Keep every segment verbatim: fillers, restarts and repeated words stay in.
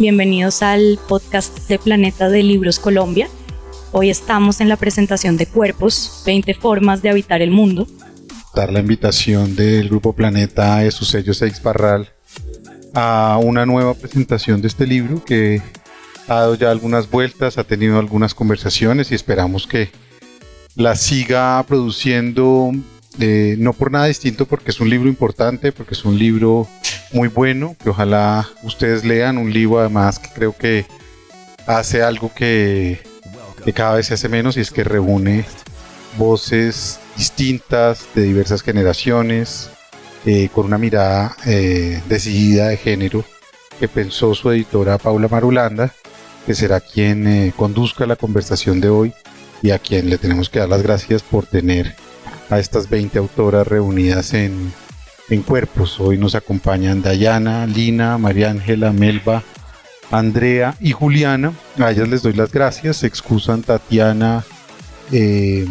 bienvenidos al podcast de Planeta de Libros Colombia. Hoy estamos en la presentación de Cuerpos, veinte formas de habitar el mundo. Dar la invitación del Grupo Planeta de su sello Seix Barral a una nueva presentación de este libro que ha dado ya algunas vueltas, ha tenido algunas conversaciones y esperamos que la siga produciendo, eh, no por nada distinto, porque es un libro importante, porque es un libro muy bueno, que ojalá ustedes lean, un libro además que creo que hace algo que, que cada vez se hace menos, y es que reúne voces distintas de diversas generaciones, eh, con una mirada eh, decidida de género que pensó su editora Paula Marulanda, que será quien eh, conduzca la conversación de hoy y a quien le tenemos que dar las gracias por tener a estas veinte autoras reunidas en, en Cuerpos. Hoy nos acompañan Dayana, Lina, María Ángela, Melba, Andrea y Juliana. A ellas les doy las gracias. Se excusan Tatiana, eh,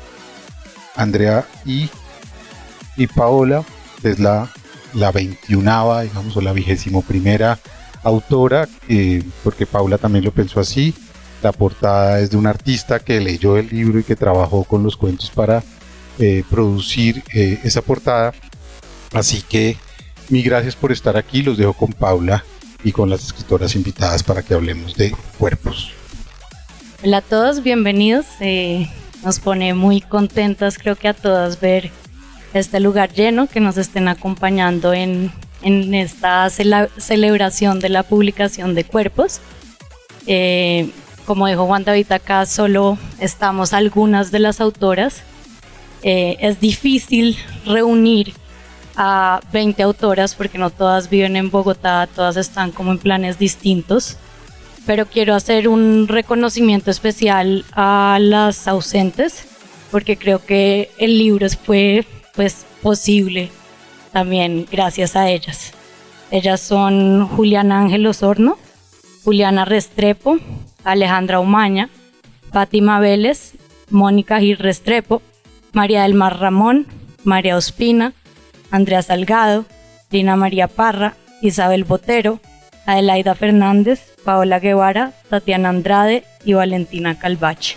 Andrea y, y Paola. Es la, la veintiunava, digamos, o la vigésimo primera autora, eh, porque Paula también lo pensó así. La portada es de un artista que leyó el libro y que trabajó con los cuentos para eh, producir eh, esa portada. Así que mil gracias por estar aquí. Los dejo con Paula y con las escritoras invitadas para que hablemos de Cuerpos. Hola a todos, bienvenidos. Eh, nos pone muy contentas, creo que a todas, ver este lugar lleno, que nos estén acompañando en, en esta cele- celebración de la publicación de Cuerpos. Eh, como dijo Juan David, acá solo estamos algunas de las autoras. Eh, es difícil reunir a veinte autoras porque no todas viven en Bogotá, todas están como en planes distintos, pero quiero hacer un reconocimiento especial a las ausentes, porque creo que el libro fue pues posible también gracias a ellas. Ellas son Juliana Ángel Osorno, Juliana Restrepo, Alejandra Umaña, Fátima Vélez, Mónica Gil Restrepo, María del Mar Ramón, María Ospina, Andrea Salgado, Lina María Parra, Isabel Botero, Adelaida Fernández, Paola Guevara, Tatiana Andrade y Valentina Calvache.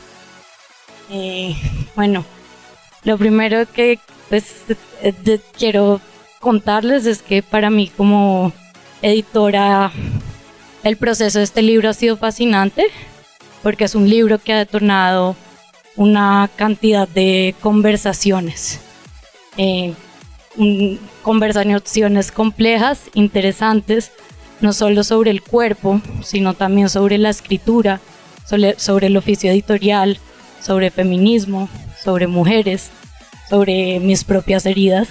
Eh, bueno, lo primero que pues, de, de, quiero contarles es que para mí como editora el proceso de este libro ha sido fascinante, porque es un libro que ha detonado una cantidad de conversaciones, eh, un, conversaciones complejas, interesantes, no solo sobre el cuerpo, sino también sobre la escritura, sobre, sobre el oficio editorial, sobre feminismo, sobre mujeres, sobre mis propias heridas.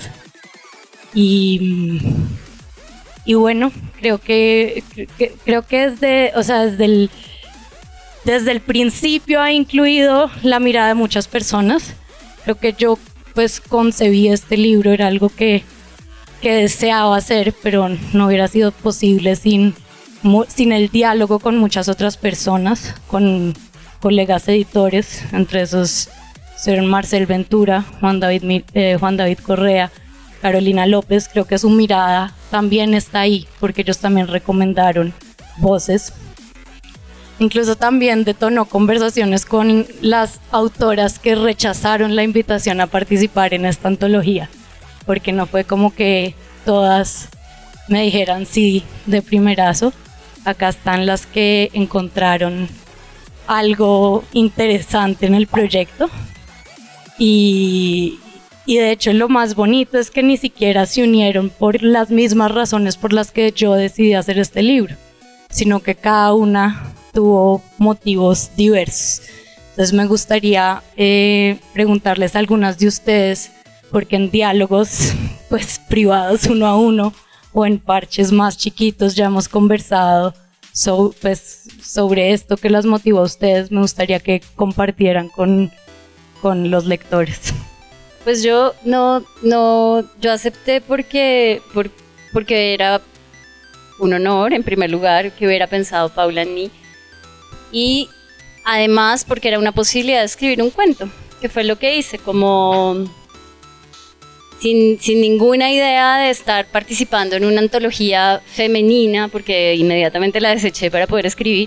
Y, y bueno, creo que, que, creo que desde, o sea, desde, el, desde el principio ha incluido la mirada de muchas personas. Creo que yo pues concebí este libro, era algo que, que deseaba hacer, pero no hubiera sido posible sin, sin el diálogo con muchas otras personas, con colegas editores, entre esos ser Marcel Ventura, Juan David, eh, Juan David Correa, Carolina López. Creo que su mirada también está ahí, porque ellos también recomendaron voces. Incluso también detonó conversaciones con las autoras que rechazaron la invitación a participar en esta antología, porque no fue como que todas me dijeran sí de primerazo. Acá están las que encontraron algo interesante en el proyecto. Y, y de hecho lo más bonito es que ni siquiera se unieron por las mismas razones por las que yo decidí hacer este libro, sino que cada una tuvo motivos diversos. Entonces me gustaría eh, preguntarles a algunas de ustedes, porque en diálogos pues privados uno a uno o en parches más chiquitos ya hemos conversado so, pues, sobre esto que las motivó a ustedes. Me gustaría que compartieran con con los lectores. Pues yo no, no, yo acepté porque, por, porque era un honor, en primer lugar, que hubiera pensado Paula en mí, y además porque era una posibilidad de escribir un cuento, que fue lo que hice, como sin, sin ninguna idea de estar participando en una antología femenina, porque inmediatamente la deseché para poder escribir.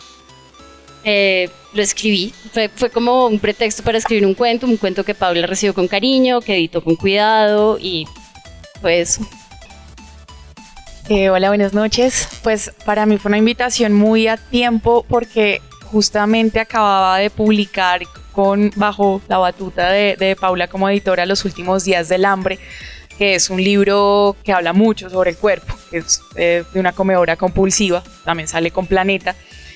Eh, lo escribí, fue, fue como un pretexto para escribir un cuento, un cuento que Paula recibió con cariño, que editó con cuidado y fue eso. Eh, hola, buenas noches. Pues para mí fue una invitación muy a tiempo porque justamente acababa de publicar con, bajo la batuta de, de Paula como editora, Los últimos días del hambre, que es un libro que habla mucho sobre el cuerpo, que es eh, de una comedora compulsiva, también sale con Planeta.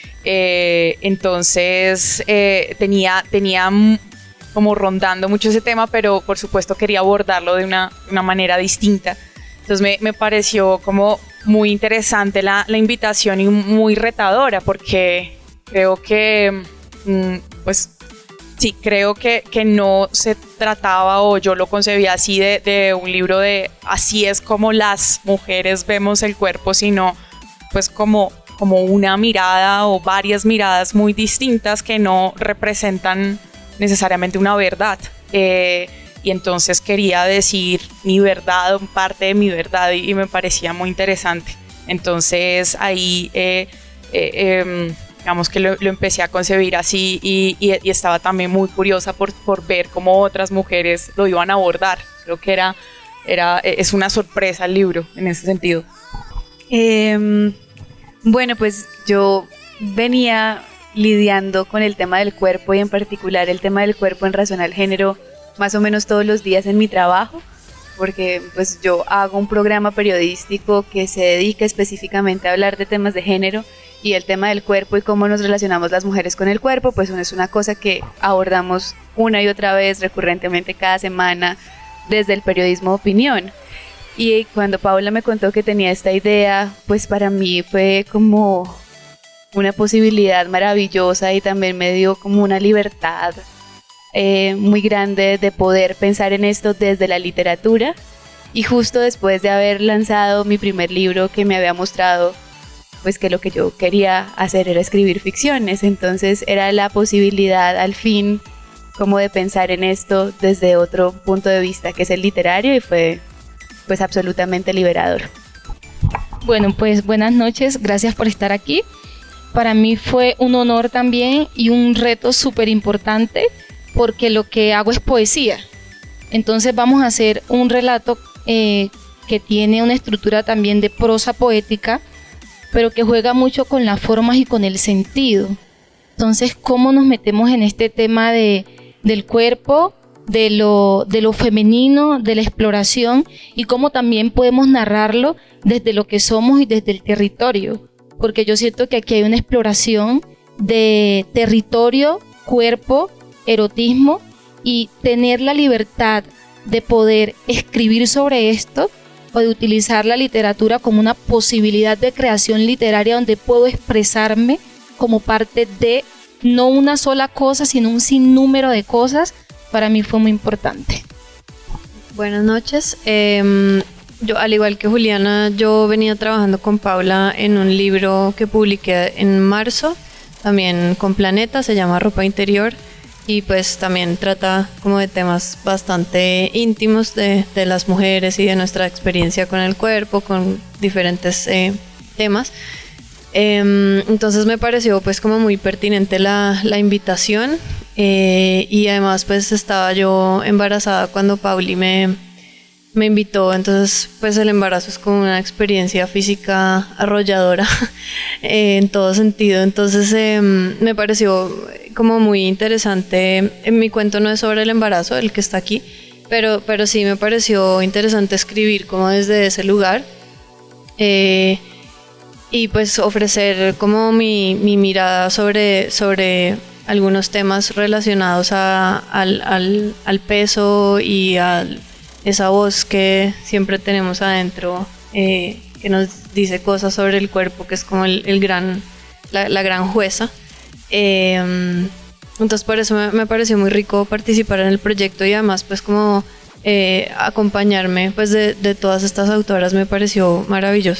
Eh, entonces eh, tenía, tenía como rondando mucho ese tema, pero por supuesto quería abordarlo de una, una manera distinta. Entonces me, me pareció como muy interesante la, la invitación y muy retadora, porque creo que, mm, pues sí, creo que, que no se trataba, o yo lo concebía así, de, de un libro de así es como las mujeres vemos el cuerpo, sino pues como como una mirada o varias miradas muy distintas que no representan necesariamente una verdad. Eh, y entonces quería decir mi verdad, parte de mi verdad, y, y me parecía muy interesante. Entonces ahí, eh, eh, eh, digamos que lo, lo empecé a concebir así y, y, y estaba también muy curiosa por, por ver cómo otras mujeres lo iban a abordar. Creo que era, era, es una sorpresa el libro en ese sentido. Eh... Bueno, pues yo venía lidiando con el tema del cuerpo y en particular el tema del cuerpo en razón al género más o menos todos los días en mi trabajo, porque pues yo hago un programa periodístico que se dedica específicamente a hablar de temas de género, y el tema del cuerpo y cómo nos relacionamos las mujeres con el cuerpo pues es una cosa que abordamos una y otra vez recurrentemente cada semana desde el periodismo de opinión. Y cuando Paula me contó que tenía esta idea, pues para mí fue como una posibilidad maravillosa y también me dio como una libertad eh, muy grande de poder pensar en esto desde la literatura. Y justo después de haber lanzado mi primer libro, que me había mostrado pues que lo que yo quería hacer era escribir ficciones, entonces era la posibilidad al fin como de pensar en esto desde otro punto de vista, que es el literario, y fue pues absolutamente liberador. Bueno, pues buenas noches, gracias por estar aquí. Para mí fue un honor también y un reto súper importante, porque lo que hago es poesía. Entonces vamos a hacer un relato eh, que tiene una estructura también de prosa poética, pero que juega mucho con las formas y con el sentido. Entonces, ¿cómo nos metemos en este tema de, del cuerpo, de lo, de lo femenino, de la exploración, y cómo también podemos narrarlo desde lo que somos y desde el territorio? Porque yo siento que aquí hay una exploración de territorio, cuerpo, erotismo, y tener la libertad de poder escribir sobre esto o de utilizar la literatura como una posibilidad de creación literaria donde puedo expresarme como parte de no una sola cosa, sino un sinnúmero de cosas. Para mí fue muy importante. Buenas noches. Eh, yo, al igual que Juliana, yo venía trabajando con Paula en un libro que publiqué en marzo, también con Planeta, se llama Ropa Interior, y pues también trata como de temas bastante íntimos de, de las mujeres y de nuestra experiencia con el cuerpo, con diferentes eh, temas. Eh, entonces me pareció pues como muy pertinente la, la invitación. Eh, y además pues estaba yo embarazada cuando Pauli me, me invitó, entonces pues el embarazo es como una experiencia física arrolladora eh, en todo sentido, entonces eh, me pareció como muy interesante. En mi cuento no es sobre el embarazo, el que está aquí, pero, pero sí me pareció interesante escribir como desde ese lugar eh, y pues ofrecer como mi, mi mirada sobre, sobre algunos temas relacionados a, al, al, al peso y a esa voz que siempre tenemos adentro, eh, que nos dice cosas sobre el cuerpo, que es como el, el gran, la, la gran jueza. Eh, entonces por eso me, me pareció muy rico participar en el proyecto, y además pues como eh, acompañarme pues de, de todas estas autoras me pareció maravilloso.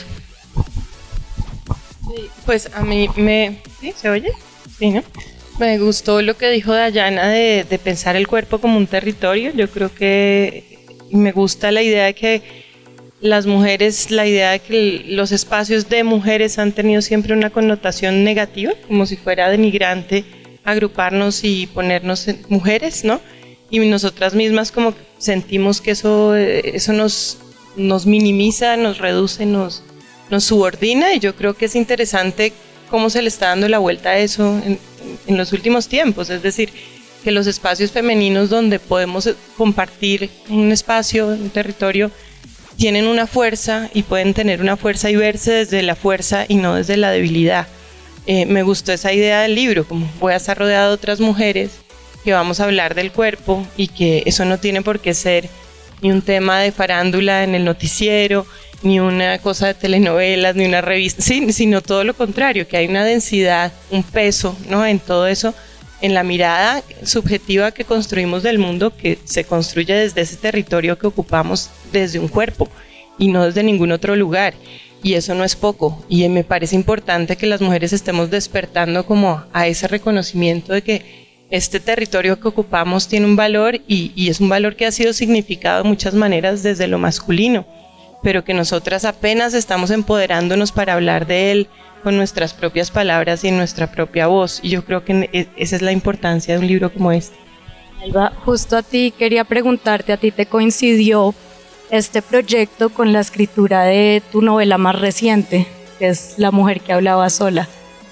Pues a mí me... ¿Sí? ¿Se oye? Sí, ¿no? Me gustó lo que dijo Dayana de, de pensar el cuerpo como un territorio. Yo creo que y me gusta la idea de que las mujeres, la idea de que los espacios de mujeres han tenido siempre una connotación negativa, como si fuera denigrante agruparnos y ponernos en mujeres, ¿no? Y nosotras mismas como sentimos que eso, eso nos, nos minimiza, nos reduce, nos, nos subordina, y yo creo que es interesante cómo se le está dando la vuelta a eso en, en los últimos tiempos, es decir, que los espacios femeninos donde podemos compartir un espacio, un territorio, tienen una fuerza y pueden tener una fuerza y verse desde la fuerza y no desde la debilidad. Eh, me gustó esa idea del libro, como voy a estar rodeada de otras mujeres que vamos a hablar del cuerpo y que eso no tiene por qué ser ni un tema de farándula en el noticiero, ni una cosa de telenovelas, ni una revista, sí, sino todo lo contrario, que hay una densidad, un peso, ¿no? En todo eso, en la mirada subjetiva que construimos del mundo, que se construye desde ese territorio que ocupamos desde un cuerpo y no desde ningún otro lugar, y eso no es poco, y me parece importante que las mujeres estemos despertando como a ese reconocimiento de que este territorio que ocupamos tiene un valor, y, y es un valor que ha sido significado de muchas maneras desde lo masculino, pero que nosotras apenas estamos empoderándonos para hablar de él con nuestras propias palabras y en nuestra propia voz, y yo creo que esa es la importancia de un libro como este. Alba, justo a ti quería preguntarte, ¿a ti te coincidió este proyecto con la escritura de tu novela más reciente, que es La mujer que hablaba sola?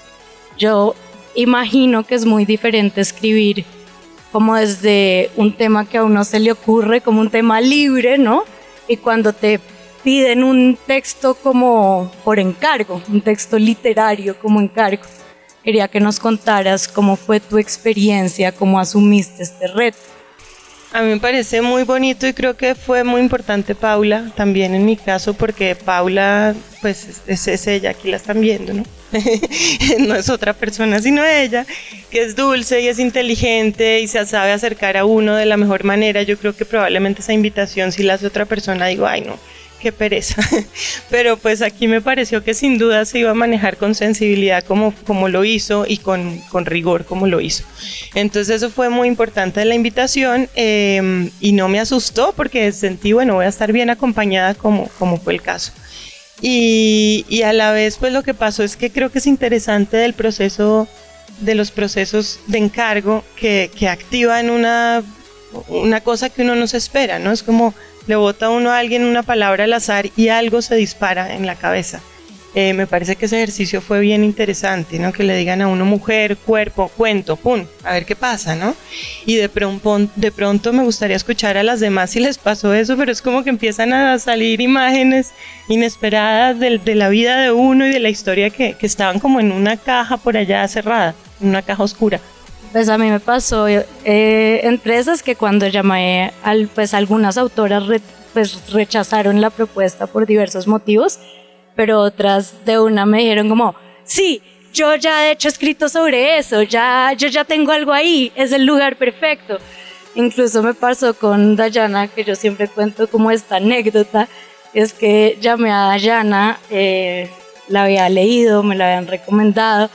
Yo imagino que es muy diferente escribir como desde un tema que a uno se le ocurre, como un tema libre, ¿no? Y cuando te piden un texto como por encargo, un texto literario como encargo. Quería que nos contaras cómo fue tu experiencia, cómo asumiste este reto. A mí me parece muy bonito y creo que fue muy importante Paula, también en mi caso, porque Paula, pues es, es ella, aquí la están viendo, ¿no? No es otra persona sino ella, que es dulce y es inteligente y se sabe acercar a uno de la mejor manera. Yo creo que probablemente esa invitación, si la hace otra persona, digo, ay no, qué pereza, pero pues aquí me pareció que sin duda se iba a manejar con sensibilidad como, como lo hizo y con, con rigor como lo hizo. Entonces eso fue muy importante de la invitación, eh, y no me asustó porque sentí, bueno, voy a estar bien acompañada como, como fue el caso. Y, y a la vez pues lo que pasó es que creo que es interesante del proceso, de los procesos de encargo que, que activan una, una cosa que uno no se espera, ¿no? Es como le bota uno a alguien una palabra al azar y algo se dispara en la cabeza. Eh, me parece que ese ejercicio fue bien interesante, ¿no? Que le digan a uno mujer, cuerpo, cuento, pum, a ver qué pasa, ¿no? Y de pronto, de pronto me gustaría escuchar a las demás si les pasó eso, pero es como que empiezan a salir imágenes inesperadas de, de la vida de uno y de la historia que, que estaban como en una caja por allá cerrada, en una caja oscura. Pues a mí me pasó, eh, entre esas que cuando llamé, al, pues algunas autoras re, pues rechazaron la propuesta por diversos motivos, pero otras de una me dijeron como, sí, yo ya de hecho he escrito sobre eso, ya, yo ya tengo algo ahí, es el lugar perfecto. Incluso me pasó con Dayana, que yo siempre cuento como esta anécdota, es que llamé a Dayana, eh, la había leído, me la habían recomendado,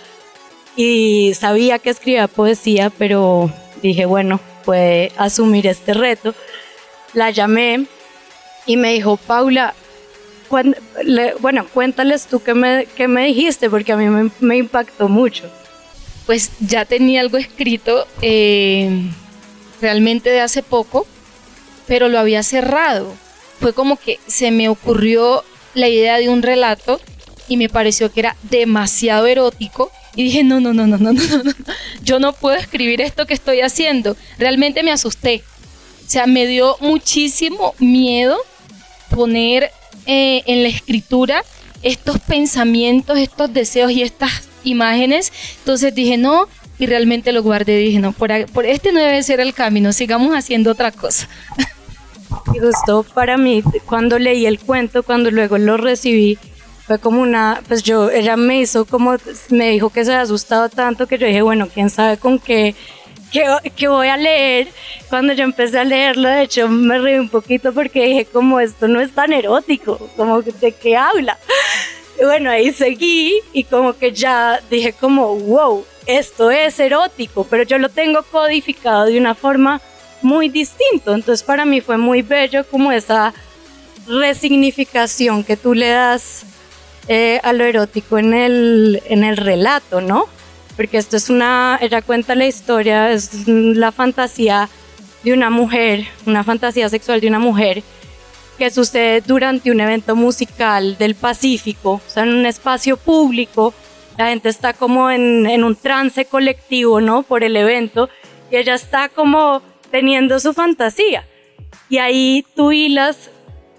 y sabía que escribía poesía, pero dije, bueno, puede asumir este reto. La llamé y me dijo, Paula, cuen, le, bueno, cuéntales tú qué me, qué me dijiste, porque a mí me, me impactó mucho. Pues ya tenía algo escrito, eh, realmente de hace poco, pero lo había cerrado. Fue como que se me ocurrió la idea de un relato y me pareció que era demasiado erótico. Y dije, no, no, no, no, no, no, no, yo no puedo escribir esto que estoy haciendo. Realmente me asusté. O sea, me dio muchísimo miedo poner eh, en la escritura estos pensamientos, estos deseos y estas imágenes. Entonces dije, no, y realmente lo guardé. Dije, no, por, por este no debe ser el camino, sigamos haciendo otra cosa. Y justo para mí, cuando leí el cuento, cuando luego lo recibí, fue como una, pues yo, ella me hizo como, me dijo que se había asustado tanto que yo dije, bueno, quién sabe con qué, qué, qué voy a leer. Cuando yo empecé a leerlo, de hecho me reí un poquito porque dije, como esto no es tan erótico, como de qué habla. Y bueno, ahí seguí y como que ya dije como, wow, esto es erótico, pero yo lo tengo codificado de una forma muy distinto. Entonces para mí fue muy bello como esa resignificación que tú le das eh, a lo erótico en el, en el relato, ¿no? Porque esto es una, ella cuenta la historia, es la fantasía de una mujer, una fantasía sexual de una mujer que sucede durante un evento musical del Pacífico, o sea, en un espacio público. La gente está como en, en un trance colectivo, ¿no? Por el evento, y ella está como teniendo su fantasía. Y ahí tú hilas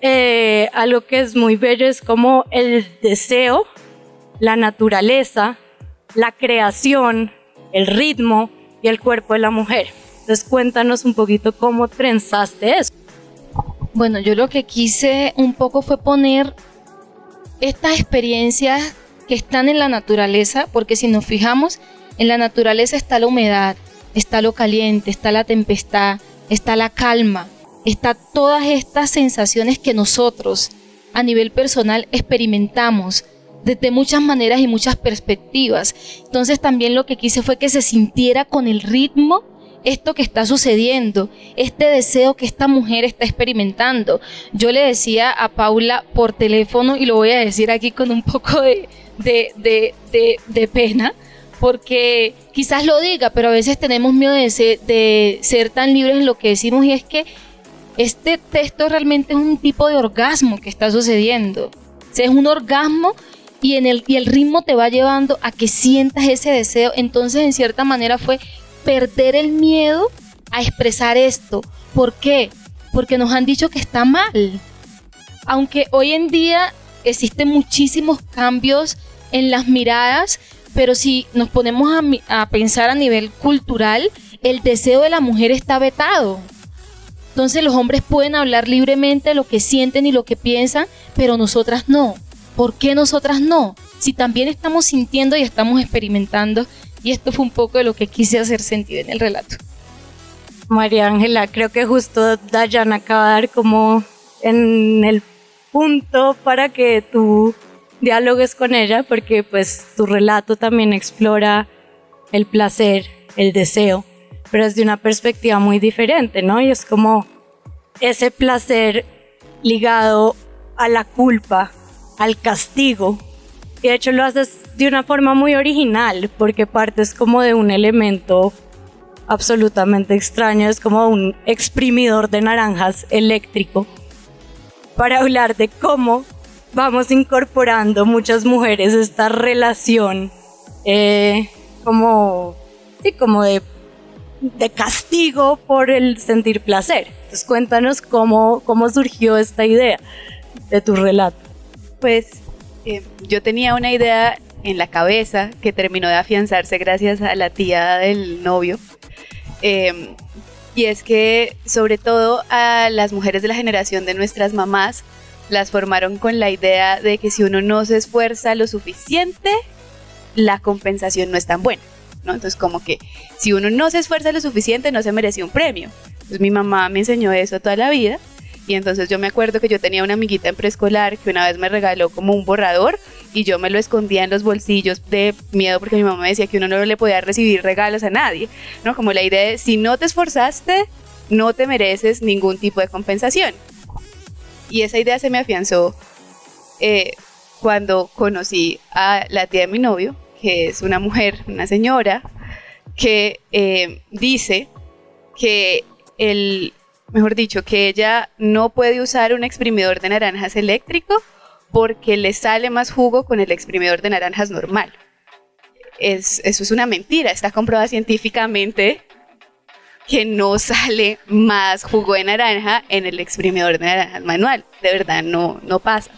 eh, algo que es muy bello, es como el deseo, la naturaleza, la creación, el ritmo y el cuerpo de la mujer. Entonces cuéntanos un poquito cómo trenzaste eso. Bueno, yo lo que quise un poco fue poner estas experiencias que están en la naturaleza, porque si nos fijamos, en la naturaleza está la humedad, está lo caliente, está la tempestad, está la calma, está todas estas sensaciones que nosotros a nivel personal experimentamos desde muchas maneras y muchas perspectivas. Entonces también lo que quise fue que se sintiera con el ritmo esto que está sucediendo, este deseo que esta mujer está experimentando. Yo le decía a Paula por teléfono, y lo voy a decir aquí con un poco de, de, de, de, de pena, porque quizás lo diga, pero a veces tenemos miedo de ser, de ser tan libres en lo que decimos, y es que este texto realmente es un tipo de orgasmo que está sucediendo. O sea, es un orgasmo y, en el, y el ritmo te va llevando a que sientas ese deseo. Entonces, en cierta manera fue perder el miedo a expresar esto. ¿Por qué? Porque nos han dicho que está mal. Aunque hoy en día existen muchísimos cambios en las miradas, pero si nos ponemos a, a pensar a nivel cultural, el deseo de la mujer está vetado. Entonces los hombres pueden hablar libremente de lo que sienten y lo que piensan, pero nosotras no. ¿Por qué nosotras no? Si también estamos sintiendo y estamos experimentando. Y esto fue un poco de lo que quise hacer sentir en el relato. María Ángela, creo que justo Dayana acaba de dar como en el punto para que tú dialogues con ella, porque pues tu relato también explora el placer, el deseo, pero es de una perspectiva muy diferente, ¿no? Y es como ese placer ligado a la culpa, al castigo. Y de hecho lo haces de una forma muy original, porque partes como de un elemento absolutamente extraño, es como un exprimidor de naranjas eléctrico, para hablar de cómo vamos incorporando muchas mujeres esta relación eh, como, sí, como de, de castigo por el sentir placer. Entonces cuéntanos cómo, cómo surgió esta idea de tu relato. Pues eh, yo tenía una idea en la cabeza que terminó de afianzarse gracias a la tía del novio, eh, y es que sobre todo a las mujeres de la generación de nuestras mamás las formaron con la idea de que si uno no se esfuerza lo suficiente, la compensación no es tan buena, ¿no? Entonces como que si uno no se esfuerza lo suficiente no se merece un premio. Entonces mi mamá me enseñó eso toda la vida. Y entonces yo me acuerdo que yo tenía una amiguita en preescolar que una vez me regaló como un borrador y yo me lo escondía en los bolsillos de miedo, porque mi mamá me decía que uno no le podía recibir regalos a nadie, ¿no? Como la idea de si no te esforzaste, no te mereces ningún tipo de compensación. Y esa idea se me afianzó eh, cuando conocí a la tía de mi novio, que es una mujer, una señora, que eh, dice que el... Mejor dicho, que ella no puede usar un exprimidor de naranjas eléctrico porque le sale más jugo con el exprimidor de naranjas normal. Es, eso es una mentira, está comprobado científicamente que no sale más jugo de naranja en el exprimidor de naranjas manual. De verdad, no, no pasa.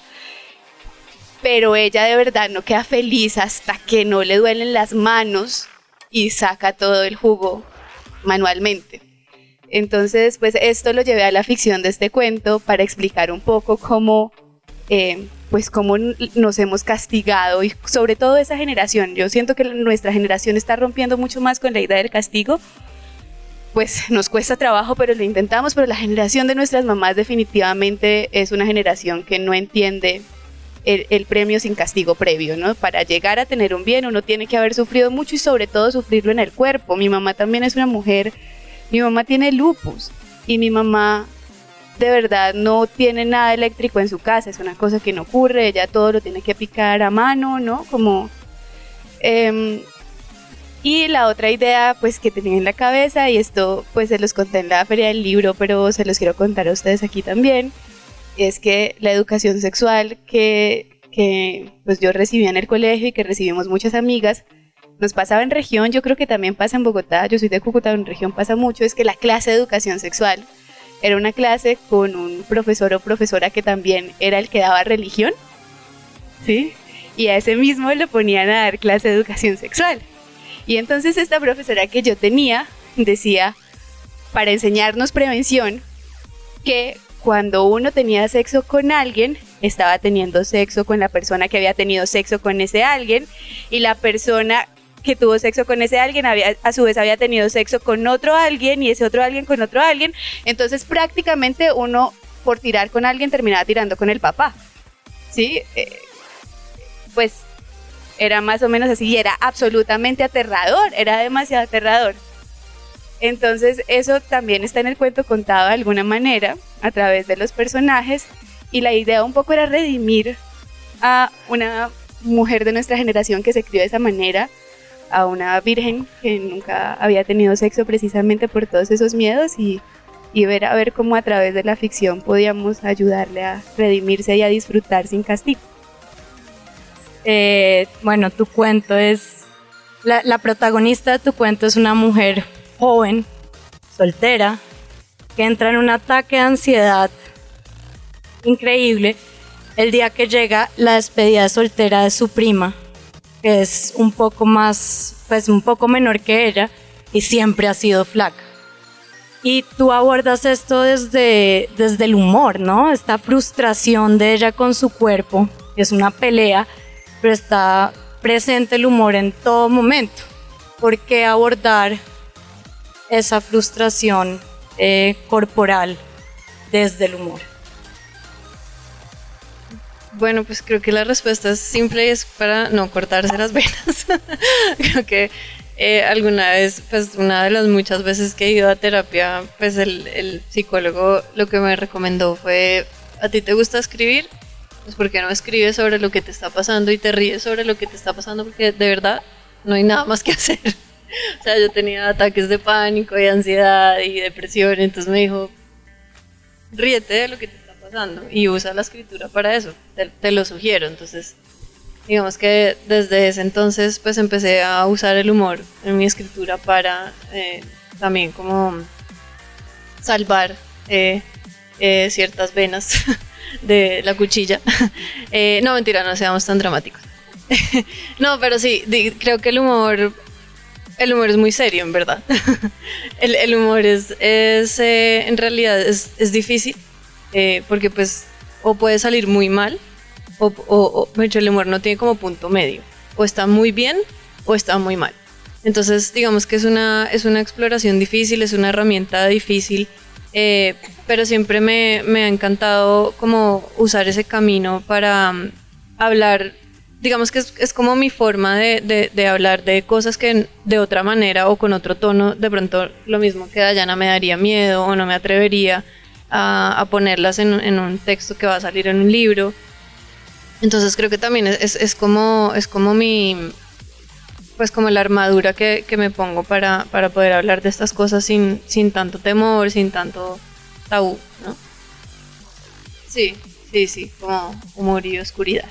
Pero ella de verdad no queda feliz hasta que no le duelen las manos y saca todo el jugo manualmente. Entonces, pues esto lo llevé a la ficción de este cuento para explicar un poco cómo, eh, pues cómo nos hemos castigado, y sobre todo esa generación. Yo siento que nuestra generación está rompiendo mucho más con la idea del castigo. Pues nos cuesta trabajo, pero lo intentamos, pero la generación de nuestras mamás definitivamente es una generación que no entiende el, el premio sin castigo previo, ¿no? Para llegar a tener un bien uno tiene que haber sufrido mucho y sobre todo sufrirlo en el cuerpo. Mi mamá también es una mujer mi mamá tiene lupus y mi mamá de verdad no tiene nada eléctrico en su casa, es una cosa que no ocurre, ella todo lo tiene que picar a mano, ¿no? Como... Eh, y la otra idea pues que tenía en la cabeza, y esto pues se los conté en la feria del libro, pero se los quiero contar a ustedes aquí también, es que la educación sexual que, que pues yo recibí en el colegio y que recibimos muchas amigas, nos pasaba en región, yo creo que también pasa en Bogotá, yo soy de Cúcuta, en región pasa mucho, es que la clase de educación sexual era una clase con un profesor o profesora que también era el que daba religión, ¿sí? Y a ese mismo le ponían a dar clase de educación sexual. Y entonces esta profesora que yo tenía decía, para enseñarnos prevención, que cuando uno tenía sexo con alguien, estaba teniendo sexo con la persona que había tenido sexo con ese alguien, y la persona que tuvo sexo con ese alguien había, a su vez había tenido sexo con otro alguien, y ese otro alguien con otro alguien. Entonces prácticamente uno, por tirar con alguien, terminaba tirando con el papá, ¿sí? Eh, pues era más o menos así, y era absolutamente aterrador, era demasiado aterrador. Entonces eso también está en el cuento contado de alguna manera, a través de los personajes, y la idea un poco era redimir a una mujer de nuestra generación que se crió de esa manera, a una virgen que nunca había tenido sexo precisamente por todos esos miedos, y, y ver a ver cómo a través de la ficción podíamos ayudarle a redimirse y a disfrutar sin castigo. Eh, bueno, tu cuento es, la, la protagonista de tu cuento es una mujer joven, soltera, que entra en un ataque de ansiedad increíble el día que llega la despedida de soltera de su prima, que es un poco más, pues un poco menor que ella y siempre ha sido flaca. Y tú abordas esto desde, desde el humor, ¿no? Esta frustración de ella con su cuerpo, es una pelea, pero está presente el humor en todo momento. ¿Por qué abordar esa frustración eh, corporal desde el humor? Bueno, pues creo que la respuesta es simple y es para no cortarse las venas. Creo que eh, alguna vez, pues una de las muchas veces que he ido a terapia, pues el, el psicólogo lo que me recomendó fue, ¿a ti te gusta escribir? Pues ¿por qué no escribes sobre lo que te está pasando y te ríes sobre lo que te está pasando? Porque de verdad no hay nada más que hacer. O sea, yo tenía ataques de pánico y ansiedad y depresión, entonces me dijo, ríete de lo que te está pasando y usa la escritura para eso, te, te lo sugiero. Entonces, digamos que desde ese entonces pues empecé a usar el humor en mi escritura para eh, también como salvar eh, eh, ciertas venas de la cuchilla. eh, no, mentira, no seamos tan dramáticos. No, pero sí, di, creo que el humor, el humor es muy serio, en verdad. el, el humor es, es eh, en realidad es, es difícil, eh, porque pues o puede salir muy mal, o, o, o el humor no tiene como punto medio, o está muy bien o está muy mal. Entonces digamos que es una, es una exploración difícil, es una herramienta difícil, eh, pero siempre me, me ha encantado como usar ese camino para um, hablar, digamos que es, es como mi forma de, de, de hablar de cosas que de otra manera o con otro tono, de pronto lo mismo que Dayana me daría miedo o no me atrevería a, a ponerlas en, en un texto que va a salir en un libro. Entonces creo que también es, es, es como, es como mi, pues como la armadura que, que me pongo para, para poder hablar de estas cosas sin, sin tanto temor, sin tanto tabú, ¿no? Sí, sí, sí, como humor y oscuridad.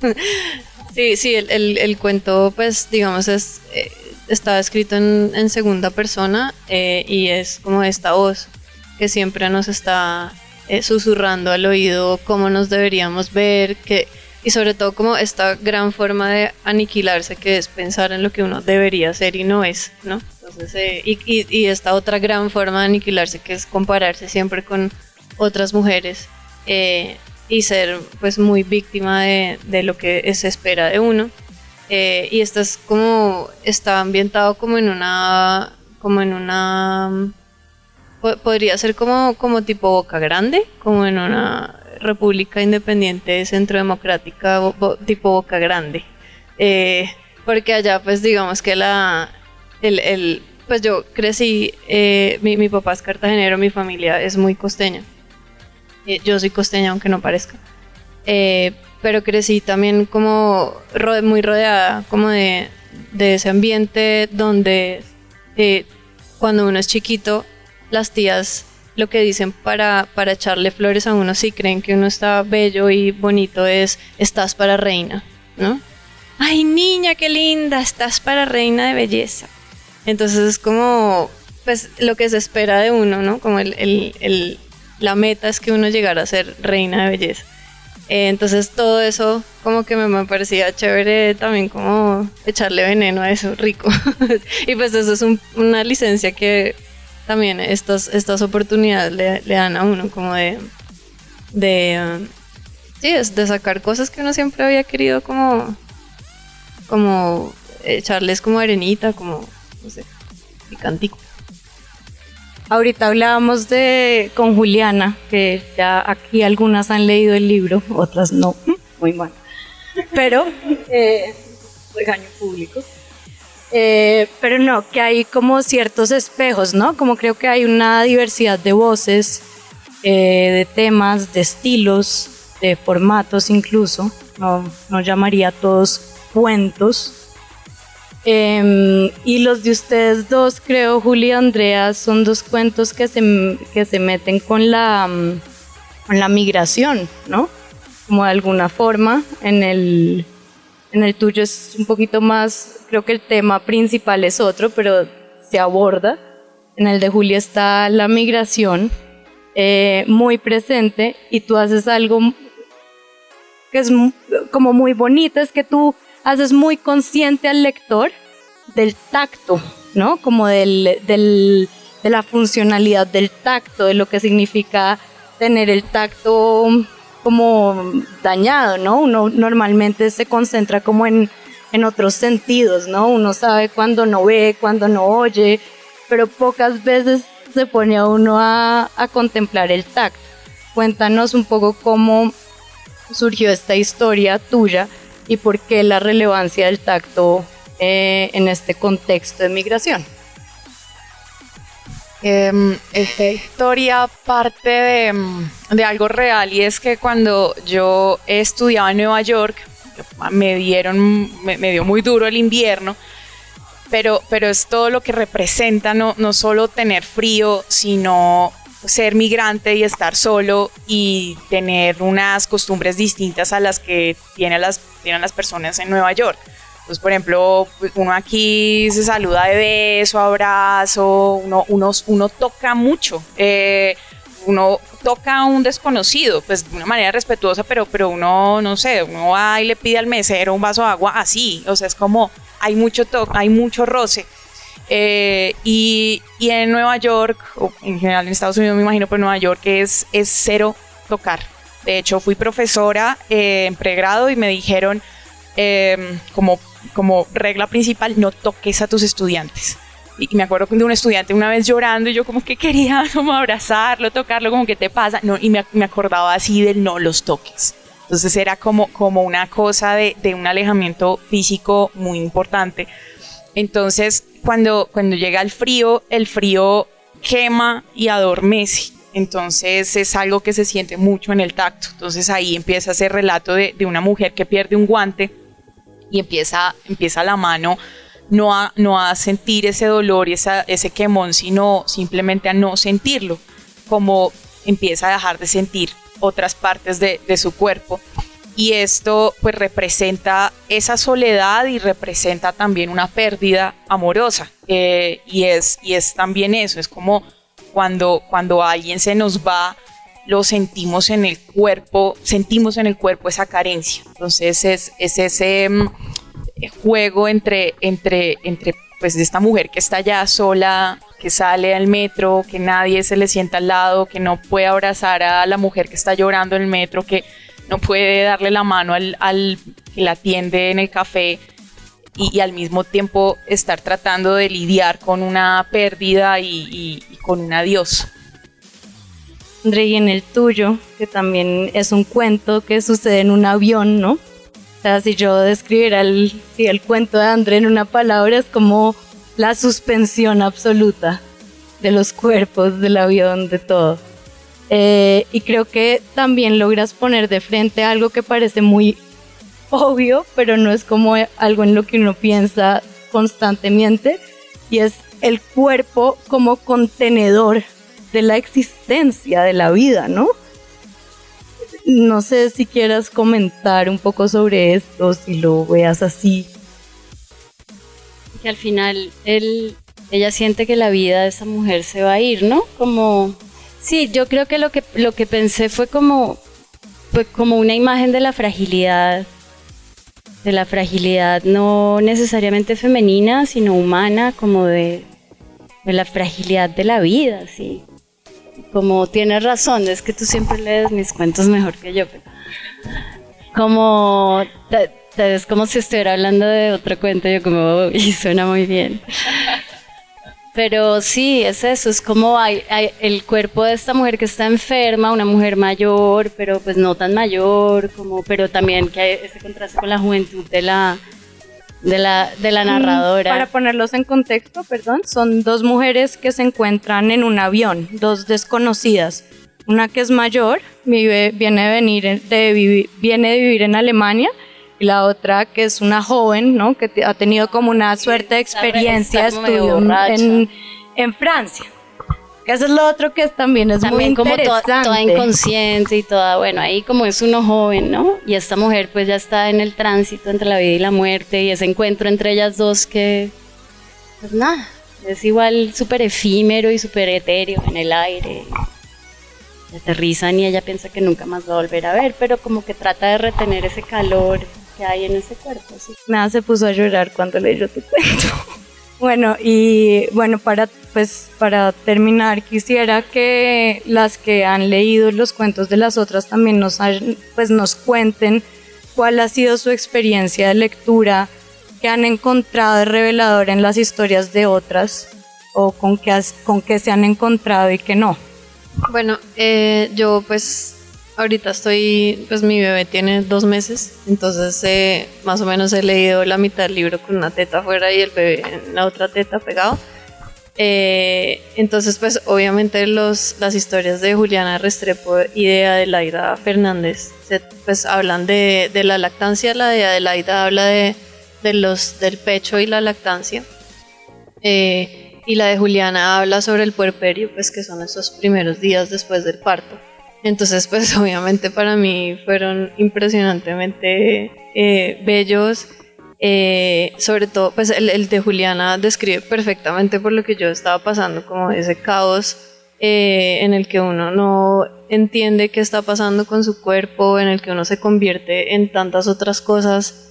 Sí, sí, el, el, el cuento, pues, digamos, es, eh, está escrito en, en segunda persona eh, y es como esta voz que siempre nos está eh, susurrando al oído cómo nos deberíamos ver, que, y sobre todo como esta gran forma de aniquilarse que es pensar en lo que uno debería ser y no es, ¿no? Entonces, eh, y, y, y esta otra gran forma de aniquilarse que es compararse siempre con otras mujeres, eh, y ser pues muy víctima de, de lo que se espera de uno, eh, y esto es como está ambientado como en una como en una po- podría ser como, como tipo Boca Grande, como en una república independiente centrodemocrática bo- bo- tipo Boca Grande, eh, porque allá pues digamos que la el, el pues yo crecí, eh, mi, mi papá es cartagenero, mi familia es muy costeña. Eh, yo soy costeña, aunque no parezca. Eh, pero crecí también como ro- muy rodeada como de, de ese ambiente donde eh, cuando uno es chiquito, las tías lo que dicen para, para echarle flores a uno, si creen que uno está bello y bonito, es estás para reina, ¿no? Ay, niña, qué linda, estás para reina de belleza. Entonces es como, pues, lo que se espera de uno, ¿no? Como el, el, el, la meta es que uno llegara a ser reina de belleza. Eh, entonces todo eso como que me, me parecía chévere también como echarle veneno a eso, rico. Y pues eso es un, una licencia que también estas, estas oportunidades le, le dan a uno como de, de, um, sí, de sacar cosas que uno siempre había querido como, como echarles como arenita, como, no sé, picantico. Ahorita hablábamos de con Juliana, que ya aquí algunas han leído el libro, otras no, muy mal. Pero, eh, regaño público. Eh, pero no, que hay como ciertos espejos, ¿no? Como creo que hay una diversidad de voces, eh, de temas, de estilos, de formatos incluso. No, no llamaría a todos cuentos. Eh, y los de ustedes dos, creo, Juli y Andrea, son dos cuentos que se, que se meten con la, con la migración, ¿no? Como de alguna forma. En el, en el tuyo es un poquito más, creo que el tema principal es otro, pero se aborda. En el de Juli está la migración eh, muy presente, y tú haces algo que es como muy bonito, es que tú haces muy consciente al lector del tacto, ¿no? Como del, del, de la funcionalidad del tacto, de lo que significa tener el tacto como dañado, ¿no? Uno normalmente se concentra como en, en otros sentidos, ¿no? Uno sabe cuándo no ve, cuándo no oye, pero pocas veces se pone a uno a, a contemplar el tacto. Cuéntanos un poco cómo surgió esta historia tuya y por qué la relevancia del tacto eh, en este contexto de migración. Eh, esta historia parte de, de algo real, y es que cuando yo estudiaba en Nueva York, me dieron, me, me dio muy duro el invierno, pero, pero es todo lo que representa, no, no solo tener frío, sino ser migrante y estar solo y tener unas costumbres distintas a las que tienen las, tienen las personas en Nueva York. Entonces, por ejemplo, uno aquí se saluda de beso, abrazo, uno, uno, uno toca mucho, eh, uno toca a un desconocido, pues de una manera respetuosa, pero, pero uno, no sé, uno va y le pide al mesero un vaso de agua así, o sea, es como, hay mucho toque, hay mucho roce. Eh, y, y en Nueva York, o en general en Estados Unidos me imagino, pero en Nueva York es, es cero tocar. De hecho, fui profesora eh, en pregrado y me dijeron eh, como, como regla principal, no toques a tus estudiantes. Y, y me acuerdo de un estudiante una vez llorando y yo como que quería como abrazarlo, tocarlo, como ¿qué te pasa? No, y me, me acordaba así del no los toques. Entonces era como, como una cosa de, de un alejamiento físico muy importante. Entonces, cuando, cuando llega el frío, el frío quema y adormece. Entonces, es algo que se siente mucho en el tacto. Entonces, ahí empieza ese relato de, de una mujer que pierde un guante y empieza, empieza la mano no a, no a sentir ese dolor y esa, ese quemón, sino simplemente a no sentirlo. Como empieza a dejar de sentir otras partes de, de su cuerpo. Y esto pues representa esa soledad y representa también una pérdida amorosa. Eh, y, es, y es también eso, es como cuando, cuando alguien se nos va, lo sentimos en el cuerpo, sentimos en el cuerpo esa carencia. Entonces es, es ese um, juego entre, entre, entre pues, esta mujer que está ya sola, que sale al metro, que nadie se le sienta al lado, que no puede abrazar a la mujer que está llorando en el metro, que no puede darle la mano al, al que la atiende en el café y, y al mismo tiempo estar tratando de lidiar con una pérdida y, y, y con un adiós. André, y en el tuyo, que también es un cuento que sucede en un avión, ¿no? O sea, si yo describiera el, si el cuento de André en una palabra, es como la suspensión absoluta de los cuerpos, del avión, de todo. Eh, y creo que también logras poner de frente algo que parece muy obvio, pero no es como algo en lo que uno piensa constantemente, y es el cuerpo como contenedor de la existencia de la vida, ¿no? No sé si quieras comentar un poco sobre esto, si lo veas así. Que al final él, ella siente que la vida de esa mujer se va a ir, ¿no? Como, sí, yo creo que lo que, lo que pensé fue como, fue como una imagen de la fragilidad, de la fragilidad no necesariamente femenina, sino humana, como de, de la fragilidad de la vida, sí. Como tienes razón, es que tú siempre lees mis cuentos mejor que yo, pero como te, te, es como si estuviera hablando de otro cuento, yo como, y suena muy bien. Pero sí, es eso, es como hay, hay el cuerpo de esta mujer que está enferma, una mujer mayor, pero pues no tan mayor, como, pero también que hay ese contraste con la juventud de la, de la, de la narradora. Para ponerlos en contexto, perdón, son dos mujeres que se encuentran en un avión, dos desconocidas. Una que es mayor, vive, viene, de venir de vivir, viene de vivir en Alemania, y la otra que es una joven, ¿no? Que ha tenido como una suerte de experiencia, estudió en, en Francia. Eso es lo otro que también es también muy como interesante. Toda, toda inconsciente y toda, bueno, ahí como es uno joven, ¿no? Y esta mujer pues ya está en el tránsito entre la vida y la muerte, y ese encuentro entre ellas dos que, pues nada, es igual súper efímero y súper etéreo en el aire. Y aterrizan y ella piensa que nunca más va a volver a ver, pero como que trata de retener ese calor que hay en ese cuerpo, ¿sí? Nada, se puso a llorar cuando leyó tu cuento. Bueno, y bueno, para, pues, para terminar, quisiera que las que han leído los cuentos de las otras también nos, pues, nos cuenten cuál ha sido su experiencia de lectura, qué han encontrado de revelador en las historias de otras, o con qué, has, con qué se han encontrado y qué no. Bueno, eh, yo pues ahorita estoy, pues mi bebé tiene dos meses, entonces eh, más o menos he leído la mitad del libro con una teta afuera y el bebé en la otra teta pegado. Eh, entonces pues obviamente los, las historias de Juliana Restrepo y de Adelaida Fernández se, pues hablan de, de la lactancia. La de Adelaida habla de, de los, del pecho y la lactancia. Eh, y la de Juliana habla sobre el puerperio, pues que son esos primeros días después del parto. Entonces, pues obviamente para mí fueron impresionantemente eh, bellos, eh, sobre todo, pues el, el de Juliana describe perfectamente por lo que yo estaba pasando, como ese caos eh, en el que uno no entiende qué está pasando con su cuerpo, en el que uno se convierte en tantas otras cosas,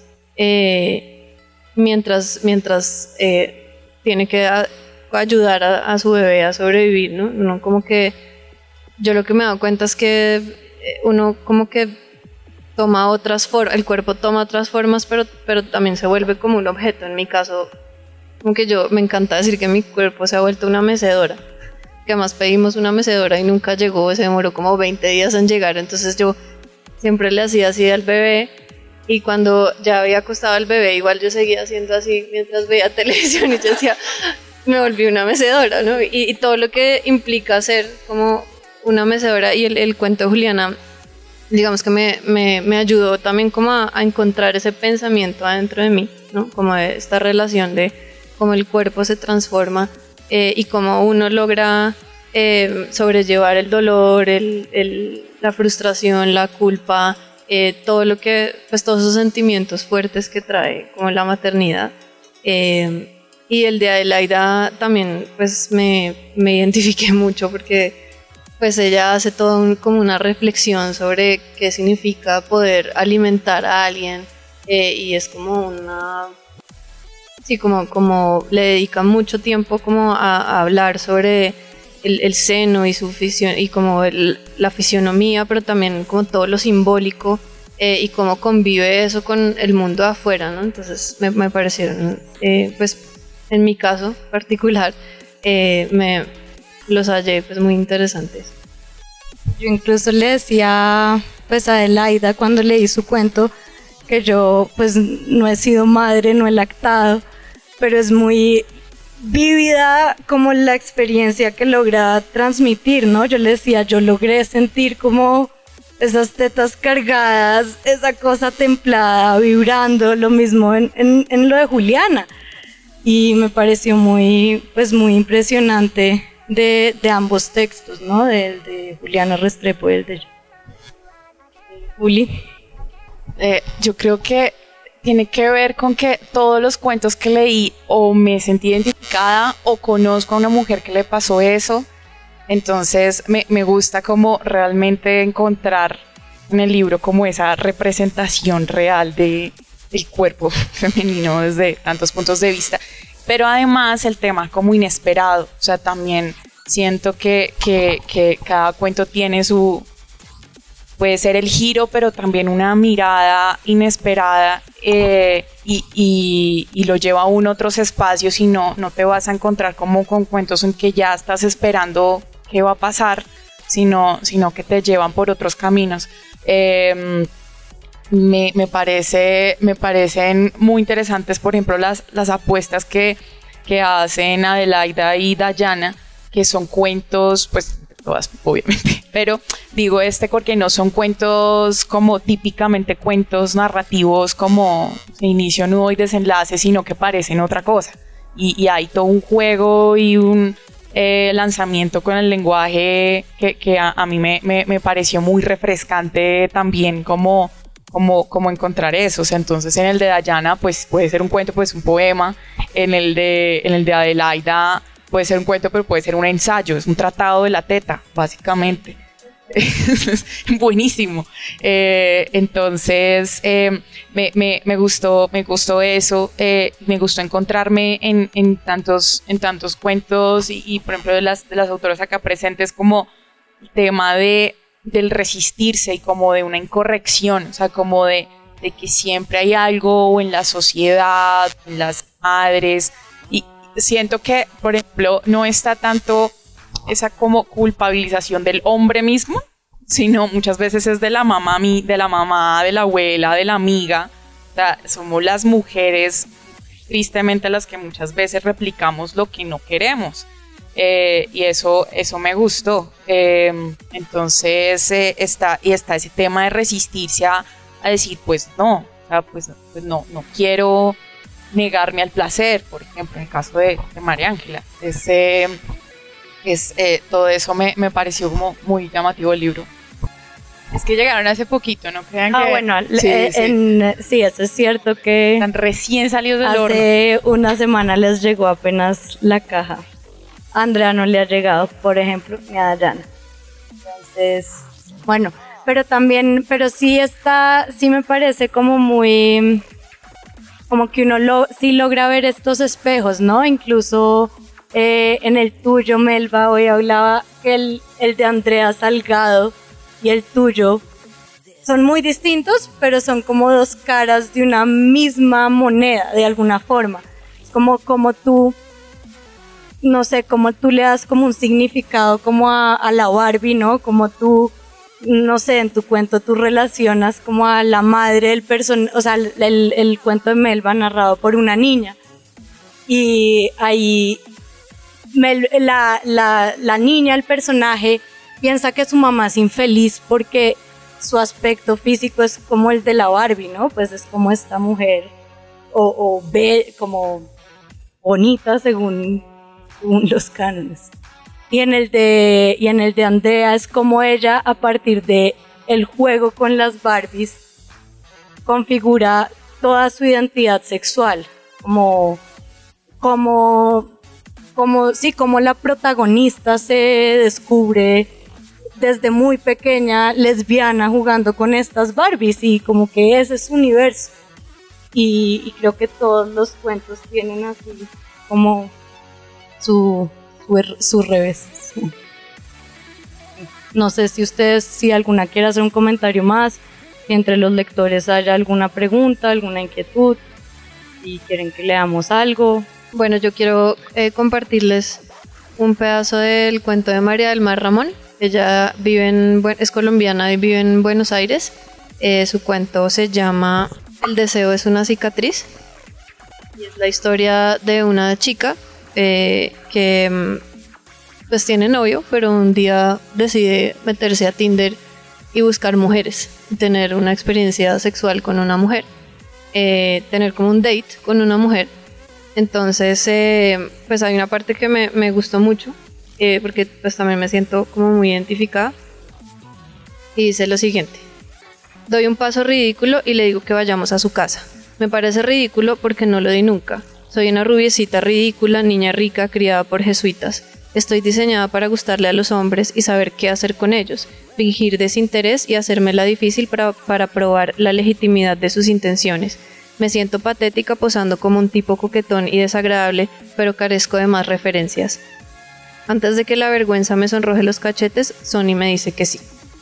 eh, mientras, mientras eh, tiene que a, ayudar a, a su bebé a sobrevivir, ¿no? Uno como que yo lo que me he dado cuenta es que uno como que toma otras formas, el cuerpo toma otras formas, pero, pero también se vuelve como un objeto. En mi caso, como que yo me encanta decir que mi cuerpo se ha vuelto una mecedora, que además pedimos una mecedora y nunca llegó, se demoró como veinte días en llegar, entonces yo siempre le hacía así al bebé, y cuando ya había acostado al bebé, igual yo seguía haciendo así mientras veía televisión, y yo decía, me volví una mecedora, ¿no? Y, y todo lo que implica ser como una mecedora, y el, el cuento de Juliana, digamos que me, me, me ayudó también como a, a encontrar ese pensamiento adentro de mí, ¿no? Como de esta relación de cómo el cuerpo se transforma eh, y cómo uno logra eh, sobrellevar el dolor, el, el, la frustración, la culpa, eh, todo lo que, pues todos esos sentimientos fuertes que trae como la maternidad. Eh, y el de Adelaida también pues me, me identifiqué mucho porque pues ella hace todo un, como una reflexión sobre qué significa poder alimentar a alguien eh, y es como una, sí, como, como le dedica mucho tiempo como a, a hablar sobre el, el seno y su fisión, y como el, la fisionomía, pero también como todo lo simbólico eh, y cómo convive eso con el mundo de afuera, ¿no? Entonces me, me parecieron, eh, pues en mi caso particular, eh, me los hallé pues muy interesantes. Yo incluso le decía pues a Adelaida cuando leí su cuento que yo pues no he sido madre, no he lactado, pero es muy vívida como la experiencia que logra transmitir, ¿no? Yo le decía, yo logré sentir como esas tetas cargadas, esa cosa templada, vibrando, lo mismo en, en, en lo de Juliana. Y me pareció muy, pues muy impresionante de, de ambos textos, ¿no? Del de Juliana Restrepo y el de Juli. Eh, yo creo que tiene que ver con que todos los cuentos que leí o me sentí identificada o conozco a una mujer que le pasó eso. Entonces me, me gusta como realmente encontrar en el libro como esa representación real de, del cuerpo femenino desde tantos puntos de vista. Pero además el tema como inesperado, o sea, también siento que, que, que cada cuento tiene su, puede ser el giro, pero también una mirada inesperada eh, y, y, y lo lleva a uno a otros espacios y no, no te vas a encontrar como con cuentos en que ya estás esperando qué va a pasar, sino, sino que te llevan por otros caminos. Eh, me, me, parece, me parecen muy interesantes, por ejemplo, las, las apuestas que, que hacen Adelaida y Dayana, que son cuentos, pues todas obviamente, pero digo este porque no son cuentos como típicamente cuentos narrativos como inicio, nudo y desenlace, sino que parecen otra cosa. Y, y hay todo un juego y un eh, lanzamiento con el lenguaje que, que a, a mí me, me, me pareció muy refrescante también como, como, como encontrar eso. O sea, entonces en el de Dayana pues puede ser un cuento, pues un poema, en el de, en el de Adelaida puede ser un cuento, pero puede ser un ensayo, es un tratado de la teta, básicamente. Es buenísimo. Eh, entonces, eh, me, me, me, gustó, me gustó eso, eh, me gustó encontrarme en, en, tantos, en tantos cuentos y, y, por ejemplo, de las, de las autoras acá presentes, como el tema de, del resistirse y como de una incorrección, o sea, como de, de que siempre hay algo en la sociedad, en las madres, y siento que, por ejemplo, no está tanto esa como culpabilización del hombre mismo, sino muchas veces es de la mamá, de la mamá, de la abuela, de la amiga. O sea, somos las mujeres, tristemente, las que muchas veces replicamos lo que no queremos. Eh, y eso, eso me gustó. Eh, entonces, eh, está, y está ese tema de resistirse a, a decir, pues no, o sea, pues, pues no, no quiero negarme al placer, por ejemplo, en el caso de, de María Ángela. Es, eh, es, eh, todo eso me, me pareció como muy llamativo el libro. Es que llegaron hace poquito, ¿no crean ah, que...? bueno, sí, eh, sí. En, sí, eso es cierto que... Están recién salidos del hace horno. Hace una semana les llegó apenas la caja. A Andrea no le ha llegado, por ejemplo, ni a Dayana. Entonces, bueno, pero también, pero sí está, sí me parece como muy... como que uno lo, sí logra ver estos espejos, ¿no? Incluso eh, en el tuyo, Melba, hoy hablaba que el, el de Andrea Salgado y el tuyo son muy distintos, pero son como dos caras de una misma moneda, de alguna forma. Es como, como tú, no sé, como tú le das como un significado como a, a la Barbie, ¿no? Como tú... no sé, en tu cuento tú relacionas como a la madre del personaje, o sea, el, el, el cuento de Melba narrado por una niña. Y ahí Mel, la, la, la niña, el personaje, piensa que su mamá es infeliz porque su aspecto físico es como el de la Barbie, ¿no? Pues es como esta mujer, o, o ve como bonita según, según los cánones. Y en el de y en el de Andrea es como ella, a partir de el juego con las Barbies, configura toda su identidad sexual, como como como sí, como la protagonista se descubre desde muy pequeña lesbiana jugando con estas Barbies y como que ese es su universo. Y, y creo que todos los cuentos tienen así como su Su, su revés. No sé si ustedes, si alguna quiere hacer un comentario más, si entre los lectores haya alguna pregunta, alguna inquietud, si quieren que leamos algo. Bueno, yo quiero eh, compartirles un pedazo del cuento de María del Mar Ramón. Ella vive en, es colombiana y vive en Buenos Aires. Eh, su cuento se llama El deseo es una cicatriz. Y es la historia de una chica eh, que pues tiene novio, pero un día decide meterse a Tinder y buscar mujeres, tener una experiencia sexual con una mujer, eh, tener como un date con una mujer. Entonces, eh, pues hay una parte que me, me gustó mucho, eh, porque pues también me siento como muy identificada. Y dice lo siguiente: doy un paso ridículo y le digo que vayamos a su casa. Me parece ridículo porque no lo di nunca. Soy una rubiecita ridícula, niña rica, criada por jesuitas. Estoy diseñada para gustarle a los hombres y saber qué hacer con ellos, fingir desinterés y hacérmela difícil para, para probar la legitimidad de sus intenciones. Me siento patética posando como un tipo coquetón y desagradable, pero carezco de más referencias. Antes de que la vergüenza me sonroje los cachetes, Sonny me dice que sí.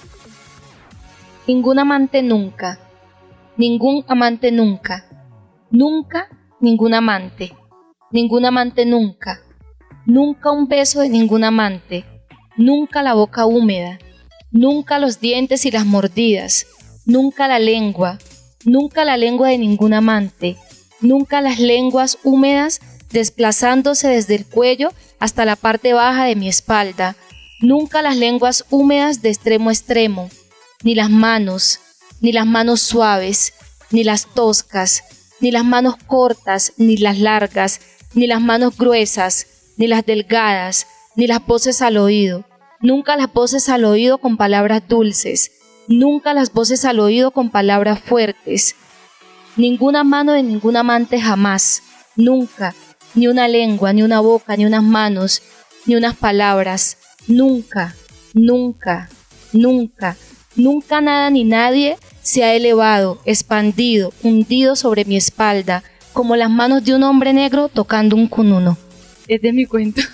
Ningún amante nunca. Ningún amante nunca. Nunca ningún amante. Ningún amante nunca. Nunca un beso de ningún amante. Nunca la boca húmeda. Nunca los dientes y las mordidas. Nunca la lengua. Nunca la lengua de ningún amante. Nunca las lenguas húmedas desplazándose desde el cuello hasta la parte baja de mi espalda. Nunca las lenguas húmedas de extremo a extremo. Ni las manos, ni las manos suaves, ni las toscas, ni las manos cortas, ni las largas, ni las manos gruesas, ni las delgadas, ni las voces al oído. Nunca las voces al oído con palabras dulces. Nunca las voces al oído con palabras fuertes. Ninguna mano de ningún amante jamás. Nunca. Ni una lengua, ni una boca, ni unas manos, ni unas palabras. Nunca, nunca, nunca. Nunca nada ni nadie se ha elevado, expandido, hundido sobre mi espalda, como las manos de un hombre negro tocando un cununo. Es de mi cuento.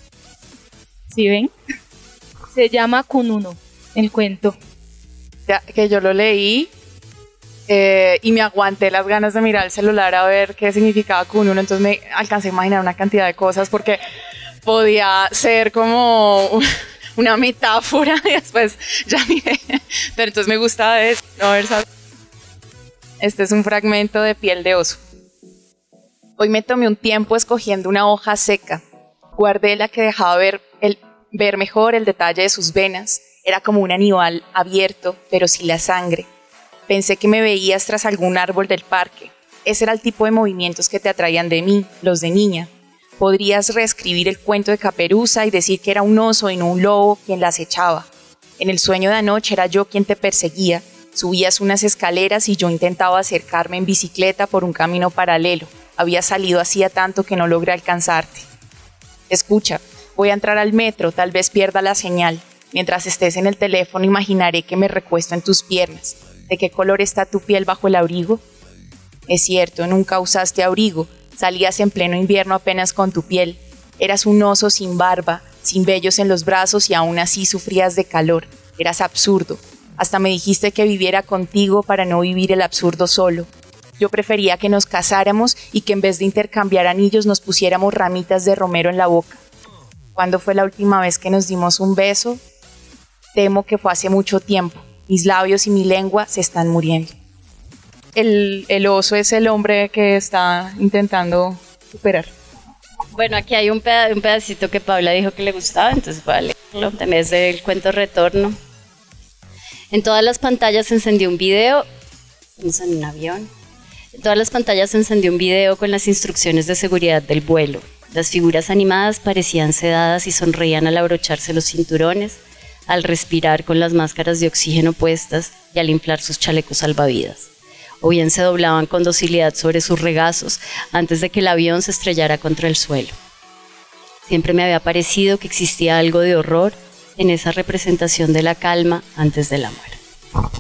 ¿Sí ven? Se llama Cununo, el cuento. Ya, que yo lo leí eh, y me aguanté las ganas de mirar el celular a ver qué significaba Cununo, entonces me alcancé a imaginar una cantidad de cosas porque podía ser como una metáfora y después ya miré, pero entonces me gusta esto. A ver, ¿sabes? Este es un fragmento de Piel de oso. Hoy me tomé un tiempo escogiendo una hoja seca. Guardé la que dejaba ver, el, ver mejor el detalle de sus venas. Era como un animal abierto, pero sin la sangre. Pensé que me veías tras algún árbol del parque. Ese era el tipo de movimientos que te atraían de mí, los de niña. Podrías reescribir el cuento de Caperuza y decir que era un oso y no un lobo quien la acechaba. En el sueño de anoche era yo quien te perseguía. Subías unas escaleras y yo intentaba acercarme en bicicleta por un camino paralelo. Había salido hacía tanto que no logré alcanzarte. Escucha, voy a entrar al metro, tal vez pierda la señal. Mientras estés en el teléfono imaginaré que me recuesto en tus piernas. ¿De qué color está tu piel bajo el abrigo? Es cierto, nunca usaste abrigo. Salías en pleno invierno apenas con tu piel. Eras un oso sin barba, sin vellos en los brazos y aún así sufrías de calor. Eras absurdo. Hasta me dijiste que viviera contigo para no vivir el absurdo solo. Yo prefería que nos casáramos y que en vez de intercambiar anillos nos pusiéramos ramitas de romero en la boca. ¿Cuándo fue la última vez que nos dimos un beso? Temo que fue hace mucho tiempo. Mis labios y mi lengua se están muriendo. El, el oso es el hombre que está intentando superar. Bueno, aquí hay un, peda- un pedacito que Paula dijo que le gustaba, entonces voy a leerlo. También es del cuento Retorno. En todas las pantallas se encendió un video. Estamos en un avión. En todas las pantallas se encendió un video con las instrucciones de seguridad del vuelo. Las figuras animadas parecían sedadas y sonreían al abrocharse los cinturones, al respirar con las máscaras de oxígeno puestas y al inflar sus chalecos salvavidas. O bien se doblaban con docilidad sobre sus regazos antes de que el avión se estrellara contra el suelo. Siempre me había parecido que existía algo de horror en esa representación de la calma antes de la muerte.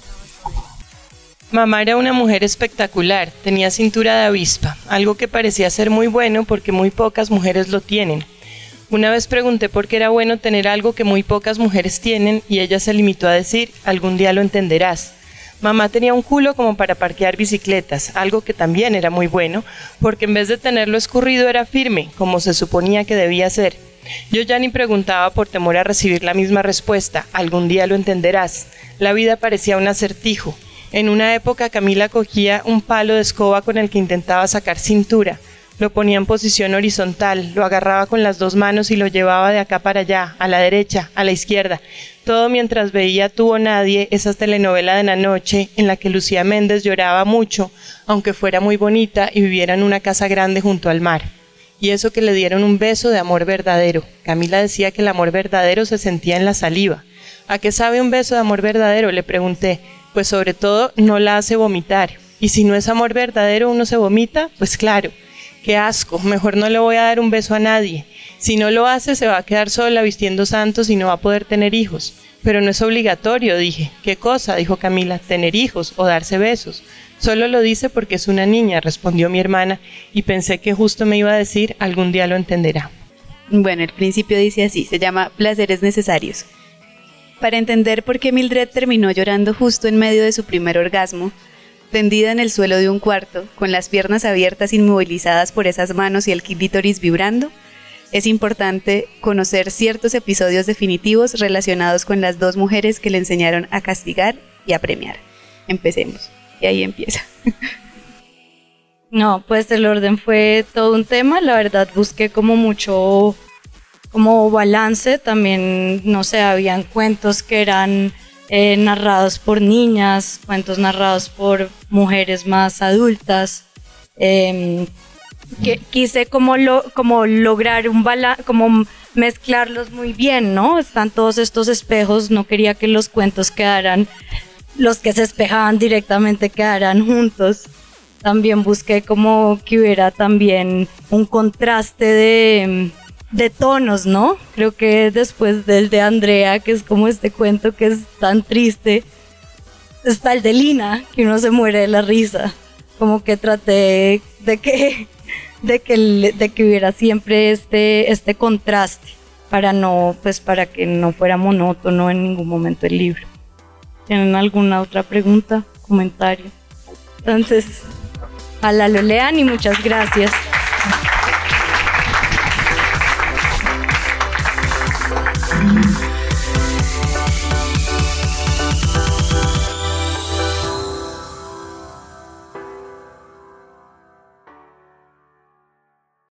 Mamá era una mujer espectacular, tenía cintura de avispa, algo que parecía ser muy bueno porque muy pocas mujeres lo tienen. Una vez pregunté por qué era bueno tener algo que muy pocas mujeres tienen y ella se limitó a decir, algún día lo entenderás. Mamá tenía un culo como para parquear bicicletas, algo que también era muy bueno, porque en vez de tenerlo escurrido era firme, como se suponía que debía ser. Yo ya ni preguntaba por temor a recibir la misma respuesta, algún día lo entenderás. La vida parecía un acertijo. En una época Camila cogía un palo de escoba con el que intentaba sacar cintura. Lo ponía en posición horizontal, lo agarraba con las dos manos y lo llevaba de acá para allá, a la derecha, a la izquierda. Todo mientras veía Tuvo Nadie, esa telenovela de la noche en la que Lucía Méndez lloraba mucho, aunque fuera muy bonita y viviera en una casa grande junto al mar. Y eso que le dieron un beso de amor verdadero. Camila decía que el amor verdadero se sentía en la saliva. ¿A qué sabe un beso de amor verdadero?, le pregunté. Pues sobre todo no la hace vomitar. Y si no es amor verdadero, uno se vomita, pues claro. Qué asco, mejor no le voy a dar un beso a nadie. Si no lo hace, se va a quedar sola vistiendo santos y no va a poder tener hijos. Pero no es obligatorio, dije. ¿Qué cosa?, dijo Camila, tener hijos o darse besos. Solo lo dice porque es una niña, respondió mi hermana, y pensé que justo me iba a decir, algún día lo entenderá. Bueno, el principio dice así, se llama Placeres Necesarios. Para entender por qué Mildred terminó llorando justo en medio de su primer orgasmo, tendida en el suelo de un cuarto, con las piernas abiertas inmovilizadas por esas manos y el clítoris vibrando, es importante conocer ciertos episodios definitivos relacionados con las dos mujeres que le enseñaron a castigar y a premiar. Empecemos. Y ahí empieza. No, pues el orden fue todo un tema. La verdad busqué como mucho como balance. También, no sé, habían cuentos que eran eh, narrados por niñas, cuentos narrados por mujeres más adultas. Eh, que quise como, lo, como lograr un balance, como mezclarlos muy bien, ¿no? Están todos estos espejos, no quería que los cuentos quedaran, los que se espejaban directamente quedaran juntos. También busqué como que hubiera también un contraste de, de tonos, ¿no? Creo que después del de Andrea, que es como este cuento que es tan triste, está el de Lina, que uno se muere de la risa. Como que traté de que, de que, de que hubiera siempre este, este contraste para, no, pues para que no fuera monótono en ningún momento el libro. ¿Tienen alguna otra pregunta, comentario? Entonces, ojalá lo lean y muchas gracias.